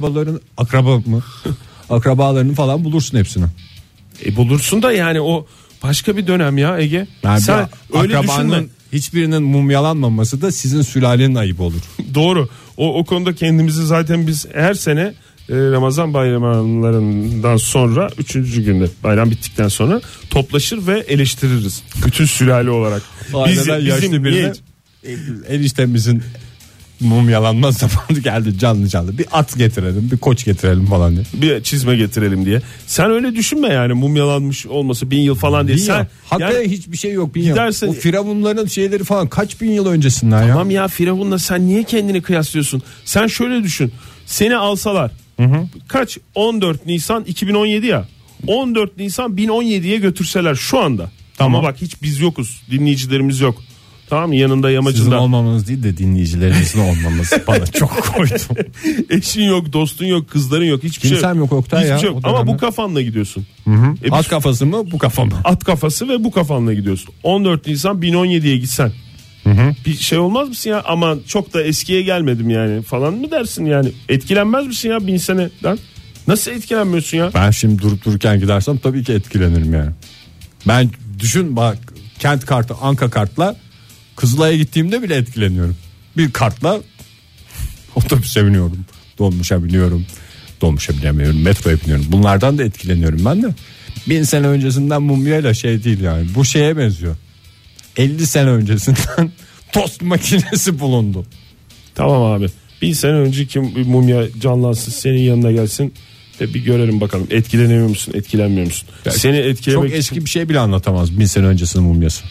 S3: akrabalarını falan bulursun hepsini.
S4: Bulursun da yani o başka bir dönem ya Ege.
S3: Yani
S4: sen öyle düşünme.
S3: akrabanın hiçbirinin mumyalanmaması da sizin sülalenin ayıbı olur.
S4: Doğru. O konuda kendimizi zaten biz her sene Ramazan bayramlarından sonra 3. günde, bayram bittikten sonra toplaşır ve eleştiririz. Bütün sülale olarak.
S3: Aileden yaşlı birine eniştemizin mumyalanma zamanı geldi, canlı bir at getirelim, bir koç getirelim falan diye.
S4: Bir çizme getirelim diye. Sen öyle düşünme yani, mumyalanmış olması 1000 yıl falan diye. Sen
S3: hakikaten
S4: yani,
S3: hiçbir şey yok 1000 yıl.
S4: gidersen-
S3: O firavunların şeyleri falan kaç bin yıl öncesinden ya.
S4: tamam ya, Firavun'la sen niye kendini kıyaslıyorsun? Sen şöyle düşün. Seni alsalar. Kaç? 14 Nisan 2017 ya. 14 Nisan 1017'ye götürseler şu anda.
S3: Tamam.
S4: Ama bak hiç biz yokuz. Dinleyicilerimiz yok. Tamam mı? Yanında yamacında.
S3: Sizin olmamanız değil de dinleyicilerinizin olmaması bana çok koydu.
S4: Eşin yok, dostun yok, kızların yok. Hiçbir
S3: Kimsem
S4: şey yok.
S3: yok Oktay ya,
S4: Hiçbir şey yok.
S3: o
S4: Ama
S3: dönemde.
S4: bu kafanla gidiyorsun.
S3: At kafası mı bu kafa mı?
S4: At kafası ve bu kafanla gidiyorsun. 14 Nisan 1017'ye gitsen. Bir şey olmaz mısın ya? Aman çok da eskiye gelmedim yani falan mı dersin yani? Etkilenmez misin ya 1000 seneden? Nasıl etkilenmiyorsun ya?
S3: Ben şimdi durup dururken gidersem tabii ki etkilenirim yani. Ben düşün bak, kent kartı Anka kartla Kızılay'a gittiğimde bile etkileniyorum. Bir kartla otobüse biniyorum, dolmuşa biniyorum, dolmuşa binemiyorum, metroya biniyorum. Bunlardan da etkileniyorum ben de. 1000 sene öncesinden mumyayla şey değil yani. Bu şeye benziyor. 50 sene öncesinden tost makinesi bulundu.
S4: Tamam abi. 1000 sene önceki mumya canlansın, senin yanına gelsin ve bir görelim bakalım. Etkileniyor musun, etkilenmiyor musun?
S3: Yani
S4: Seni etkilemek
S3: çok eski bir şey bile anlatamaz 1000 sene öncesinin mumyası.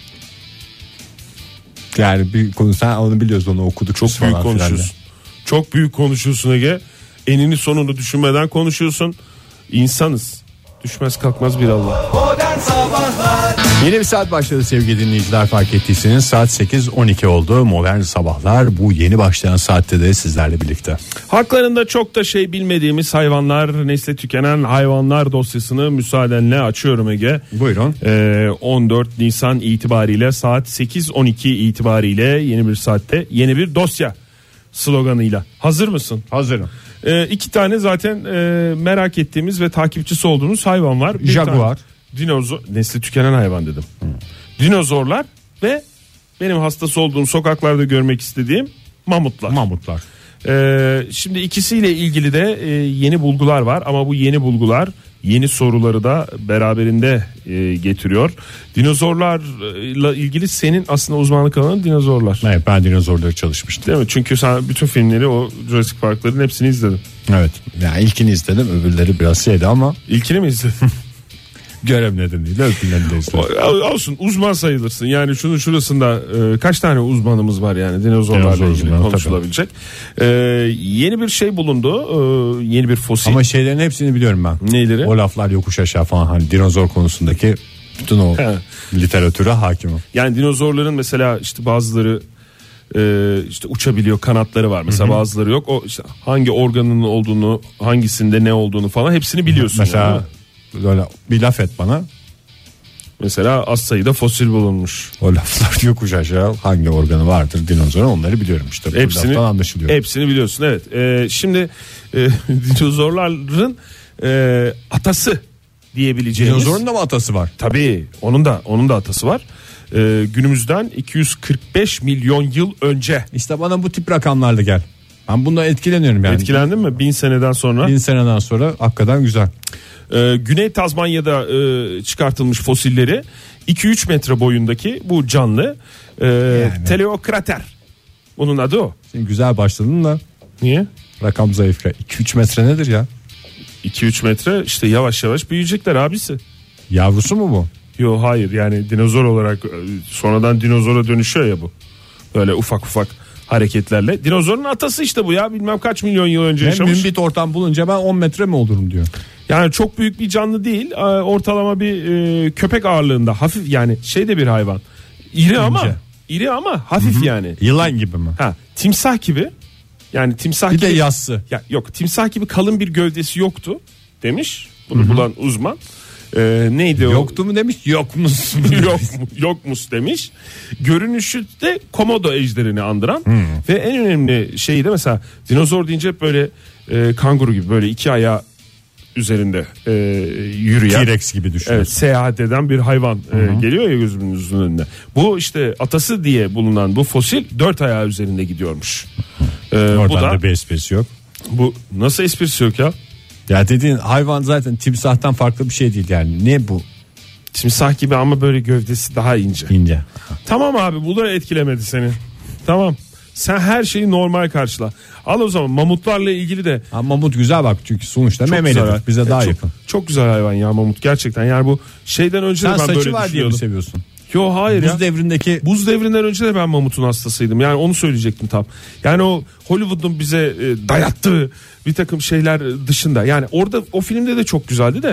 S3: Yani bir konu, sen onu biliyorsun, onu okuduk.
S4: çok büyük konuşuyorsun. Çok büyük konuşuyorsun Ege. Enini sonunu düşünmeden konuşuyorsun. İnsanız. Düşmez kalkmaz bir Allah.
S2: Modern Sabahlar.
S3: Yeni bir saat başladı sevgili dinleyiciler, fark ettiyseniz saat 8:12 oldu. Modern Sabahlar bu yeni başlayan saatte de sizlerle birlikte.
S4: Haklarında çok da şey bilmediğimiz hayvanlar, nesli tükenen hayvanlar dosyasını müsaadenle açıyorum Ege.
S3: Buyurun.
S4: 14 Nisan itibariyle saat 8:12 itibariyle yeni bir saatte yeni bir dosya sloganıyla. Hazır mısın?
S3: Hazırım.
S4: 2 tane zaten merak ettiğimiz ve takipçisi olduğumuz hayvan var. Bir
S3: Jaguar.
S4: tane dinozor, nesli tükenen hayvan dedim. Dinozorlar ve benim hastası olduğum, sokaklarda görmek istediğim mamutlar.
S3: Mamutlar.
S4: Şimdi ikisiyle ilgili de yeni bulgular var ama bu yeni bulgular yeni soruları da beraberinde getiriyor. Dinozorlarla ilgili senin aslında uzmanlık alanın dinozorlar.
S3: Evet, ben dinozorları çalışmıştım.
S4: Değil mi? Çünkü sen bütün filmleri, o Jurassic Park'ların hepsini izledin.
S3: Evet. Yani ilkini izledim, öbürleri biraz şeydi ama
S4: İlkini mi izledin?
S3: görev nedeniyle öbürlerini de izledim.
S4: Olsun, uzman sayılırsın. Yani şunun şurasında kaç tane uzmanımız var yani dinozorlarla
S3: Dinozor
S4: ilgili
S3: uzmanı,
S4: konuşulabilecek. Yeni bir şey bulundu. Yeni bir fosil.
S3: Ama şeylerin hepsini biliyorum ben.
S4: Neyleri?
S3: O laflar yokuş aşağı falan, hani dinozor konusundaki bütün o
S4: He.
S3: literatüre hakimim.
S4: Yani dinozorların mesela işte bazıları işte uçabiliyor, kanatları var. Mesela bazıları yok. O işte hangi organının olduğunu, hangisinde ne olduğunu falan hepsini biliyorsun.
S3: Mesela
S4: yani.
S3: böyle bir laf et bana.
S4: Mesela az sayıda fosil bulunmuş.
S3: O laflar yokuş aşağı hangi organı vardır dinozorun, onları biliyorum işte. Bu
S4: Hepsini
S3: laftan anlaşılıyor.
S4: Hepsini biliyorsun, evet. Şimdi dinozorların atası diyebileceğimiz.
S3: Dinozorun da mı atası var?
S4: Tabii, onun da atası var. Günümüzden 245 milyon yıl önce.
S3: İşte bana bu tip rakamlarla gel. Ben bundan etkileniyorum yani.
S4: Etkilendin mi 1000 seneden sonra?
S3: 1000 seneden sonra hakikaten güzel.
S4: Güney Tazmanya'da çıkartılmış fosilleri 2-3 metre boyundaki bu canlı Teleokrater. Bunun adı o.
S3: Şimdi güzel başladın da
S4: Niye?
S3: rakam zayıf ya. 2-3 metre nedir ya?
S4: 2-3 metre işte, yavaş yavaş büyüyecekler abisi.
S3: Yavrusu mu bu?
S4: Yo, hayır, yani dinozor olarak sonradan dinozora dönüşüyor ya bu. Böyle ufak ufak hareketlerle. Dinozorun atası işte bu ya, bilmem kaç milyon yıl önce
S3: Hem
S4: yaşamış.
S3: mümbit ortam bulunca ben 10 metre mi olurum diyor.
S4: Yani çok büyük bir canlı değil, ortalama bir köpek ağırlığında, hafif yani şey de bir hayvan. İri ama hafif yani.
S3: Yılan gibi mi?
S4: Ha, timsah gibi. Yani timsah
S3: Bir
S4: gibi.
S3: de yassı.
S4: Ya yok, timsah gibi kalın bir gövdesi yoktu demiş. Bunu bulan uzman. Neydi o?
S3: Yoktu mu demiş, yokmuş.
S4: Yokmuş demiş. Görünüşü de komodo ejderini andıran ve en önemli şeyi de mesela dinozor deyince hep böyle kanguru gibi böyle iki ayağı üzerinde yürüyen,
S3: T-Rex gibi düşünüyorsun.
S4: evet, seyahat eden bir hayvan geliyor ya gözümüzün önüne. Bu işte atası diye bulunan bu fosil 4 ayağı üzerinde gidiyormuş. Bu
S3: Oradan
S4: da
S3: da bir esprisi yok.
S4: bu nasıl esprisi yok ya?
S3: Ya dediğin hayvan zaten timsahtan farklı bir şey değil yani. Ne bu?
S4: Timsah gibi ama böyle gövdesi daha ince.
S3: İnce.
S4: Tamam abi, bu da etkilemedi seni. Tamam. Sen her şeyi normal karşıla. Al o zaman mamutlarla ilgili de.
S3: Ama mamut güzel bak, çünkü sonuçta
S4: Çok
S3: memelidir.
S4: güzel.
S3: Bize daha
S4: çok,
S3: yakın.
S4: Çok güzel hayvan ya mamut gerçekten. Yani bu şeyden önce
S3: Sen
S4: de ben
S3: saçı
S4: böyle
S3: var diye mi
S4: düşünüyordum.
S3: seviyorsun?
S4: Yo, hayır ya.
S3: Buz devrindeki
S4: Buz devrinden önce de ben mamutun hastasıydım. Yani onu söyleyecektim tam. Yani o Hollywood'un bize dayattığı bir takım şeyler dışında. Yani orada o filmde de çok güzeldi de.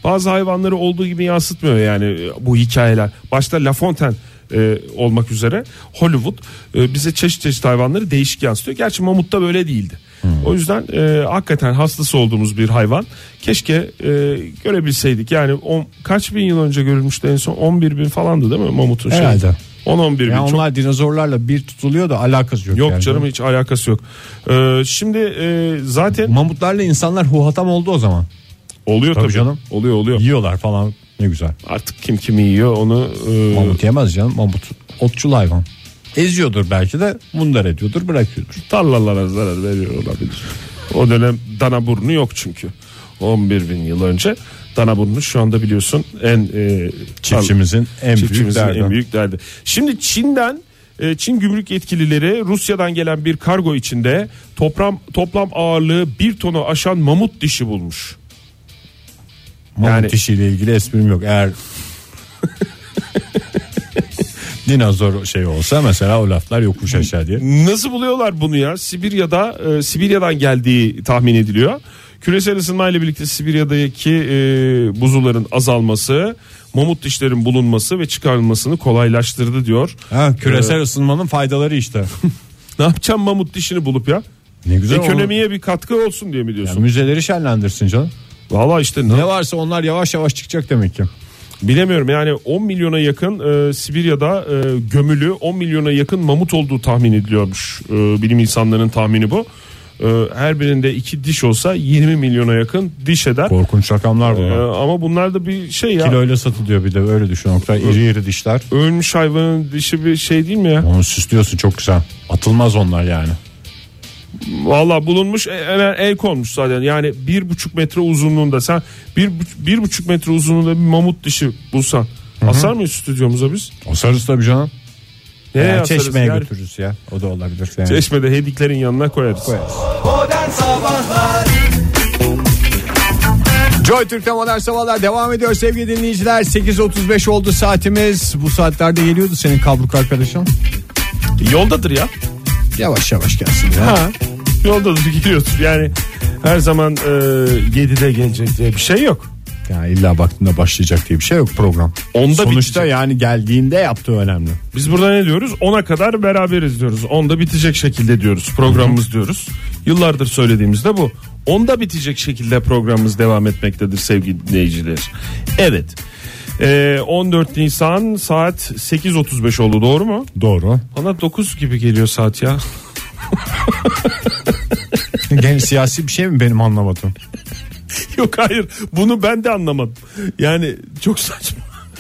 S4: bazı hayvanları olduğu gibi yansıtmıyor yani bu hikayeler. Başta La Fontaine olmak üzere Hollywood bize çeşit çeşit hayvanları değişik yansıtıyor. Gerçi mamut da böyle değildi. O yüzden hakikaten hastası olduğumuz bir hayvan. Keşke görebilseydik. Yani kaç bin yıl önce görülmüştü en son? 11 bin falandı değil mi mamutun şeyi?
S3: Herhalde.
S4: 10-11 bin.
S3: Yani onlar dinozorlarla bir tutuluyor da alakası yok.
S4: Yok
S3: yani.
S4: Canım hiç alakası yok. Şimdi zaten
S3: Mamutlarla insanlar huhatam oldu o zaman.
S4: oluyor tabii.
S3: Canım.
S4: Oluyor.
S3: Yiyorlar falan, ne güzel.
S4: Artık kim kimi yiyor onu.
S3: Mamut yemez canım. Mamut otçul hayvan. Eziyordur belki de, mundar ediyordur, bırakıyordur.
S4: Tarlalara zarar veriyor olabilir. O dönem dana burnu yok çünkü. 11 bin yıl önce dana burnu şu anda biliyorsun
S3: Çiftçimizin en büyük derdi.
S4: Şimdi Çin gümrük yetkilileri Rusya'dan gelen bir kargo içinde toplam ağırlığı 1 tonu aşan mamut dişi bulmuş.
S3: Mamut dişiyle ilgili esprim yok. Eğer dinozor şey olsa mesela o laflar yokuş aşağı diye.
S4: Nasıl buluyorlar bunu ya? Sibirya'dan geldiği tahmin ediliyor. Küresel ısınmayla birlikte Sibirya'daki buzulların azalması, mamut dişlerin bulunması ve çıkarılmasını kolaylaştırdı diyor.
S3: Küresel ısınmanın faydaları işte.
S4: Ne yapacağım mamut dişini bulup ya?
S3: Ne güzel.
S4: Ekonomiye bir katkı olsun diye mi diyorsun?
S3: Yani müzeleri şenlendirsin canım.
S4: Valla işte
S3: ne varsa onlar yavaş yavaş çıkacak demek ki.
S4: Bilemiyorum yani 10 milyona yakın Sibirya'da gömülü 10 milyona yakın mamut olduğu tahmin ediliyormuş. Bilim insanlarının tahmini bu. Her birinde 2 diş olsa 20 milyona yakın diş eder.
S3: Korkunç rakamlar bunlar.
S4: Ama bunlar da bir şey ya.
S3: Kiloyla satılıyor bir de, öyle düşün. İri dişler.
S4: Ölmüş hayvanın dişi bir şey değil mi ya?
S3: Onu süslüyorsun, çok güzel. Atılmaz onlar yani.
S4: Valla bulunmuş, hemen el konmuş zaten. Yani 1,5 metre uzunluğunda, sen 1,5 metre uzunluğunda bir mamut dişi bulsan, asar mıyız stüdyomuza biz?
S3: Asarız tabii canım.
S4: Nereye asarız?
S3: Çeşmeye götürürüz ya. O da olabilir. Yani.
S4: Çeşmede hediklerin yanına koyarız.
S2: Modern Sabahlar.
S3: Joy Türk'te Modern Sabahlar devam ediyor sevgili dinleyiciler. 8.35 oldu saatimiz. Bu saatlerde geliyordu senin kabruk arkadaşın.
S4: Yoldadır ya.
S3: Yavaş yavaş gelsin ya.
S4: Ha, yoldadır, geliyordur. Yani her zaman 7'de gelecek diye bir şey yok.
S3: Yani illa vaktinde başlayacak diye bir şey yok program. Sonuçta bitecek. Yani geldiğinde yaptığı önemli.
S4: Biz burada ne diyoruz? 10'a kadar beraberiz diyoruz. 10'da bitecek şekilde diyoruz. Programımız diyoruz. Yıllardır söylediğimiz de bu. 10'da bitecek şekilde programımız devam etmektedir sevgili dinleyiciler. Evet. 14 Nisan saat 8.35 oldu, doğru mu?
S3: Doğru.
S4: Bana 9 gibi geliyor saat ya.
S3: Yani siyasi bir şey mi benim anlamadım?
S4: Yok hayır, bunu ben de anlamadım. Yani çok saçma.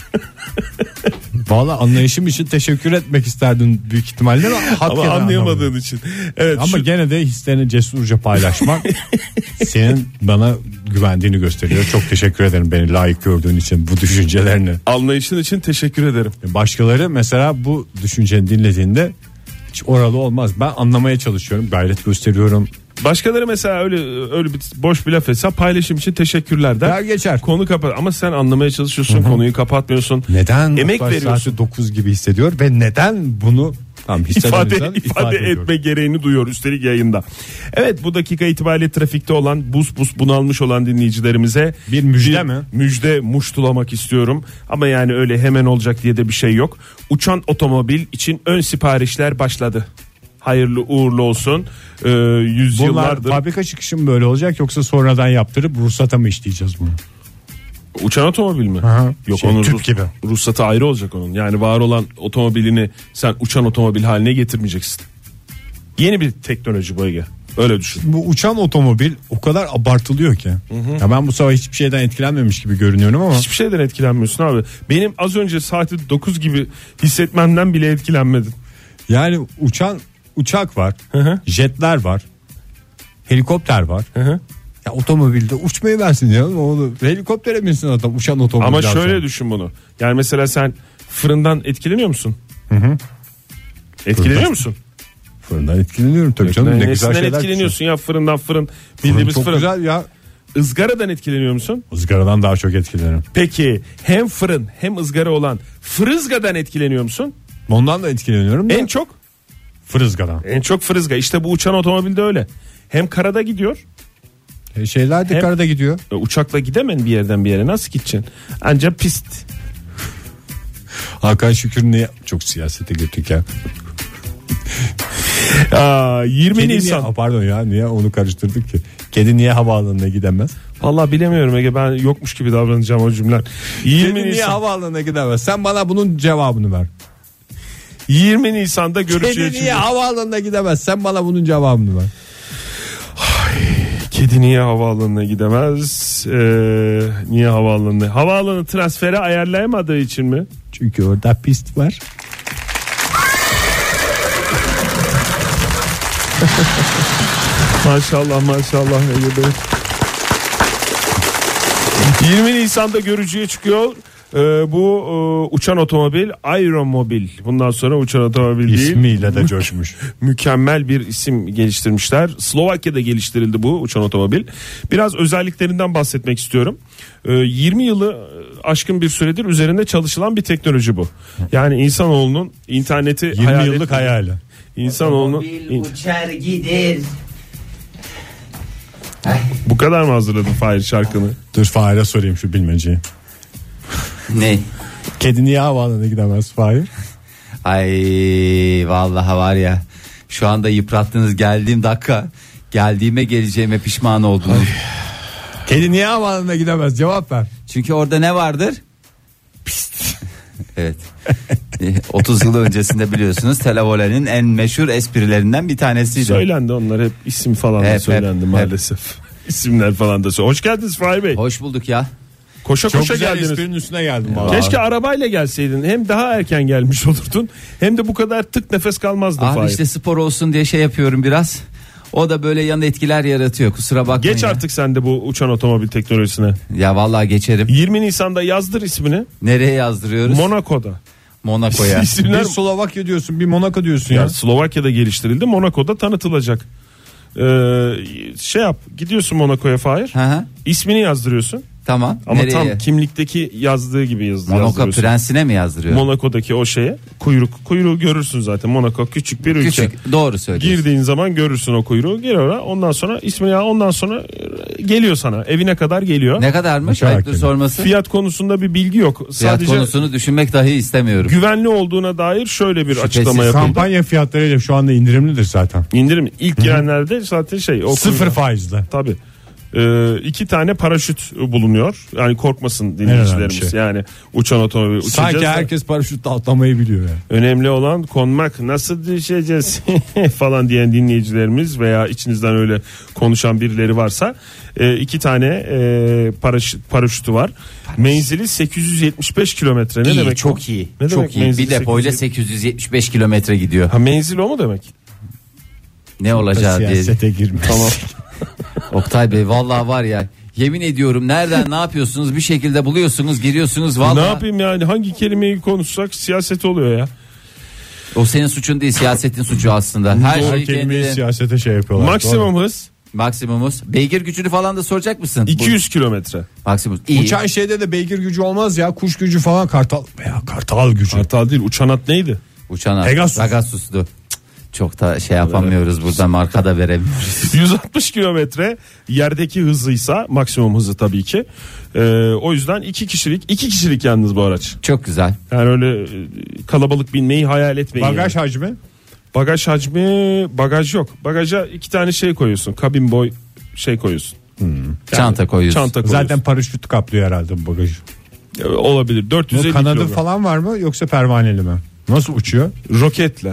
S3: Valla anlayışım için teşekkür etmek isterdin büyük ihtimalle
S4: ama anlayamadığın için. Evet.
S3: Ama gene de hislerini cesurca paylaşmak senin bana güvendiğini gösteriyor. Çok teşekkür ederim beni layık gördüğün için, bu düşüncelerini.
S4: Anlayışın için teşekkür ederim.
S3: Başkaları mesela bu düşünceni dinlediğinde hiç oralı olmaz. Ben anlamaya çalışıyorum, gayret gösteriyorum.
S4: Başkaları mesela öyle bir boş bir laf etse paylaşım için teşekkürler der.
S3: Geçer.
S4: Konu kapat, ama sen anlamaya çalışıyorsun, konuyu kapatmıyorsun.
S3: Neden
S4: emek veriyorsun?
S3: 9 gibi hissediyor ve neden bunu
S4: ifade etme gereğini duyuyor, üstelik yayında. Evet, bu dakika itibariyle trafikte olan bus bunalmış olan dinleyicilerimize
S3: bir müjde mi?
S4: Müjde muştulamak istiyorum. Ama yani öyle hemen olacak diye de bir şey yok. Uçan otomobil için ön siparişler başladı. Hayırlı uğurlu olsun. Yüzyıllardır.
S3: Bunlar fabrika çıkışı mı böyle olacak, yoksa sonradan yaptırıp ruhsata mı işleyeceğiz bunu?
S4: Uçan otomobil mi?
S3: Aha,
S4: yok,
S3: şey,
S4: onun
S3: tüp gibi.
S4: Ruhsatı ayrı olacak onun. Yani var olan otomobilini sen uçan otomobil haline getirmeyeceksin. Yeni bir teknoloji bu, Ege. Öyle düşün.
S3: Bu uçan otomobil o kadar abartılıyor ki. Ya ben bu sabah hiçbir şeyden etkilenmemiş gibi görünüyorum ama.
S4: Hiçbir şeyden etkilenmiyorsun abi. Benim az önce saati 9 gibi hissetmemden bile etkilenmedin.
S3: Yani uçak var,
S4: Hı-hı.
S3: jetler var, helikopter var.
S4: Hı-hı.
S3: Ya otomobilde uçmayı versin ya. Helikoptere binsin adam, uçan otomobil.
S4: Ama şöyle düşün bunu. Yani mesela sen fırından etkileniyor musun?
S3: Hı.
S4: Etkileniyor musun?
S3: Fırından etkileniyorum tabii canım. Ne güzel şeyler
S4: etkileniyorsun ya, fırın
S3: bildiğimiz
S4: çok
S3: fırın. Güzel ya.
S4: Izgaradan etkileniyor musun?
S3: Izgaradan daha çok etkilenirim.
S4: Peki hem fırın hem ızgara olan fırızgadan etkileniyor musun?
S3: Ondan da etkileniyorum da.
S4: En çok?
S3: Fırızgadan.
S4: En çok fırızga. İşte bu uçan otomobilde öyle. Hem karada gidiyor
S3: Şeyler de
S4: Hem-
S3: karada gidiyor.
S4: Uçakla gidemem bir yerden bir yere, nasıl gideceksin? Ancak pist.
S3: Hakan Şükür niye çok siyasete girdik ya?
S4: 20
S3: Kedi
S4: Nisan.
S3: niye, pardon ya, niye onu karıştırdık ki? Kedi niye havaalanına gidemez?
S4: Vallahi bilemiyorum Ege, ben yokmuş gibi davranacağım o cümleler. 20
S3: Kedi niye
S4: Nisan.
S3: havaalanına gidemez? Sen bana bunun cevabını ver.
S4: 20 Nisan'da
S3: Kedi
S4: görüşeceğiz.
S3: niye havaalanına gidemez? Sen bana bunun cevabını ver.
S4: Kedi niye havaalanına gidemez? Niye havaalanına? Havaalanı transferi ayarlayamadığı için mi?
S3: Çünkü orada pist var.
S4: Maşallah maşallah Ege Bey. 20 Nisan'da görücüye çıkıyor. Bu uçan otomobil Aeromobil. Bundan sonra uçan otomobil değil.
S3: İsmiyle de coşmuş.
S4: Mükemmel bir isim geliştirmişler. Slovakya'da geliştirildi bu uçan otomobil. Biraz özelliklerinden bahsetmek istiyorum. 20 yılı aşkın bir süredir üzerinde çalışılan bir teknoloji bu. Yani insanoğlunun interneti
S3: 20
S4: hayal
S3: yıllık
S4: etmediği-
S3: hayali.
S4: İnsanoğlunun
S2: Otomobil uçar gider.
S4: bu kadar mı hazırladın Fahir şarkını?
S3: Dur Fahir'e sorayım şu bilmeceyi.
S2: Ne?
S3: Kedi niye havaalanına gidemez Fahir?
S2: Ay vallahi var ya, şu anda yıprattınız, geldiğim dakika geldiğime geleceğime pişman oldunuz.
S3: Kedi niye havaalanına gidemez? Cevap ver.
S2: Çünkü orada ne vardır? Pist. Evet. 30 yıl öncesinde biliyorsunuz Telavole'nin en meşhur esprilerinden bir tanesiydi.
S4: Söylendi, onlar hep isim falan da
S2: Hep,
S4: söylendi
S2: hep.
S4: maalesef. İsimler falan da söyledi. Hoş geldiniz Fahir Bey.
S2: Hoş bulduk ya.
S4: Koşa
S3: Çok
S4: koşa
S3: güzel
S4: geldiniz.
S3: esprinin üstüne geldim valla.
S4: Keşke arabayla gelseydin. Hem daha erken gelmiş olurdun. Hem de bu kadar tık nefes kalmazdın
S2: Abi
S4: Fahir.
S2: işte spor olsun diye şey yapıyorum biraz. O da böyle yan etkiler yaratıyor, kusura bakmayın.
S4: Geç
S2: ya.
S4: artık sen de bu uçan otomobil teknolojisine.
S2: Ya vallahi geçerim.
S4: 20 Nisan'da yazdır ismini.
S2: Nereye yazdırıyoruz?
S4: Monaco'da.
S2: Monaco'ya.
S4: İsimler
S3: Bir Slovakya diyorsun, bir Monaco diyorsun
S4: ya
S3: ya.
S4: Slovakya'da geliştirildi. Monaco'da tanıtılacak. Şey yap, gidiyorsun Monaco'ya Fahir.
S2: Hı hı.
S4: İsmini yazdırıyorsun.
S2: Tamam.
S4: Ama
S2: Nereye?
S4: tam kimlikteki yazdığı gibi
S2: Monaco
S4: yazdırıyorsun.
S2: prensine mi yazdırıyor?
S4: Monaco'daki o şeye kuyruğu görürsün zaten. Monaco küçük bir ülke.
S2: Küçük, doğru söylüyorsun.
S4: Girdiğin zaman görürsün o kuyruğu. Gir oraya. Ondan sonra ismini ya, ondan sonra geliyor sana. Evine kadar geliyor.
S2: Ne kadarmış?
S3: Ne kadar
S2: Ayıptır
S3: ki?
S2: sorması.
S4: Fiyat konusunda bir bilgi yok.
S2: Fiyat
S4: Sadece
S2: konusunu düşünmek dahi istemiyorum.
S4: güvenli olduğuna dair şöyle bir
S2: Şüphesiz.
S4: açıklama yapıldı.
S3: Kampanya fiyatlarıyla şu anda indirimlidir zaten.
S4: İndirim ilk girenlerde zaten o
S3: Sıfır
S4: kuyruğu-
S3: faizle.
S4: Tabii. 2 tane paraşüt bulunuyor. Yani korkmasın dinleyicilerimiz.
S3: şey.
S4: Yani uçan otomobil uçacağız.
S3: Sanki
S4: da
S3: herkes paraşütle atlamayı biliyor ya.
S4: önemli olan konmak, nasıl düşeceğiz falan diyen dinleyicilerimiz veya içinizden öyle konuşan birileri varsa 2 tane paraşütü var. Menzili 875 kilometre. Ne
S2: İyi,
S4: demek?
S2: çok
S4: bu?
S2: iyi.
S4: Ne
S2: Çok
S4: demek
S2: iyi.
S4: menzili
S2: Bir depoyla 875 kilometre gidiyor.
S4: Ha, menzil o mu demek?
S2: Ne olacağı diye.
S3: Siyasete girmez.
S4: Tamam.
S2: Oktay Bey vallahi var ya, yemin ediyorum nereden ne yapıyorsunuz, bir şekilde buluyorsunuz, giriyorsunuz vallahi.
S4: Ne yapayım yani, hangi kelimeyi konuşsak siyaset oluyor ya.
S2: O senin suçun değil, siyasetin suçu aslında. Her
S3: Doğru
S2: şeyi
S3: kelimeyi
S2: kendine.
S3: siyasete şey yapıyorlar.
S4: Maksimum hız
S2: Maksimumuz. Beygir gücünü falan da soracak mısın?
S4: 200 kilometre.
S2: Maksimum. İyi.
S3: Uçan şeyde de beygir gücü olmaz ya. Kuş gücü falan, kartal veya kartal gücü.
S4: Kartal değil, uçan at neydi?
S2: Uçan at.
S3: Pegasus.
S2: Pegasus'tu. Cık, çok da şey yapamıyoruz burada, marka da veremiyoruz.
S4: 160 kilometre yerdeki hızıysa maksimum hızı tabii ki. O yüzden 2 kişilik yalnız bu araç.
S2: Çok güzel.
S4: Yani öyle kalabalık binmeyi hayal etmeyin.
S3: Bagaj
S4: yani.
S3: hacmi.
S4: Bagaj yok. Bagaja 2 tane şey koyuyorsun. Kabin boy şey koyuyorsun.
S2: Çanta koyuyorsun.
S4: Çanta koyuyorsun.
S3: Zaten paraşüt kaplıyor herhalde bu bagajı.
S4: Olabilir. 450
S3: Bu kanadı
S4: kilogram.
S3: falan var mı yoksa pervaneli mi? Nasıl uçuyor?
S4: Roketle.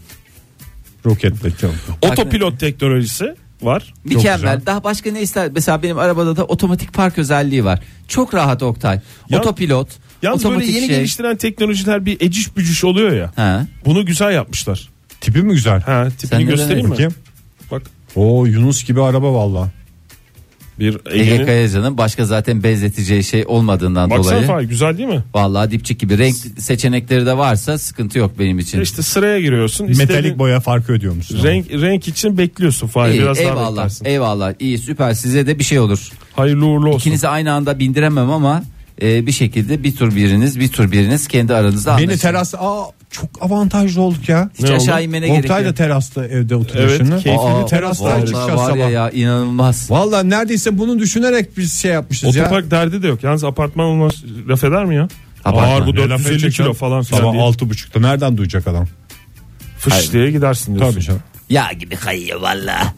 S3: Roketle.
S4: Otopilot teknolojisi var.
S2: Mükemmel.
S3: güzel.
S2: Daha başka ne ister? Mesela benim arabada da otomatik park özelliği var. Çok rahat Oktay.
S4: Ya-
S2: Otopilot.
S4: Yalnız böyle
S2: otomatik
S4: yeni
S2: şey.
S4: geliştiren teknolojiler bir eciş bücüş oluyor ya.
S2: Ha.
S4: Bunu güzel yapmışlar.
S3: Tipi mi güzel?
S4: Ha, tipini
S2: Sen neden
S4: göstereyim mi?
S3: Bakayım.
S4: Bak.
S3: Oo, Yunus gibi araba valla.
S4: Bir
S2: Ege
S4: Ege'nin.
S2: Kayacan'ın başka zaten benzeteceği şey olmadığından
S4: Baksana
S2: dolayı.
S4: Fahir, güzel değil mi?
S2: Vallahi dipçik gibi, renk seçenekleri de varsa sıkıntı yok benim için.
S4: İşte sıraya giriyorsun.
S3: Metalik boya farkı ödüyor musun?
S4: renk için bekliyorsun Fahir.
S2: İyi,
S4: Biraz daha
S2: eyvallah,
S4: beklersin.
S2: eyvallah. İyi, süper. Size de bir şey olur.
S4: Hayırlı uğurlu olsun.
S2: İkinizi aynı anda bindiremem ama bir şekilde bir tur biriniz kendi aranızda
S3: Beni
S2: anlaşın.
S3: çok avantajlı olduk ya.
S2: Hiç
S4: Ne
S2: aşağı
S4: oldu?
S2: inmene gerek
S3: Oktay da
S2: yok.
S3: terasta evde oturuyor
S4: Evet,
S3: şimdi.
S4: keyifli bir
S3: terasta
S2: Vallahi
S3: çıkacağız
S2: var
S3: sabah.
S2: ya inanılmaz.
S3: Valla neredeyse bunu düşünerek biz şey yapmışız ya.
S4: Otopark derdi de yok. Yalnız apartman olmaz laf eder mi ya?
S2: Apartman.
S4: Ağır bu
S3: Ne laf
S4: 450
S3: edecek
S4: kilo
S3: canım?
S4: falan
S3: Sabah
S4: filan diye.
S3: 6.30'da nereden duyacak adam?
S4: Fış diye gidersin diyorsun.
S3: Tabii canım.
S2: Ya gibi kayıyor valla.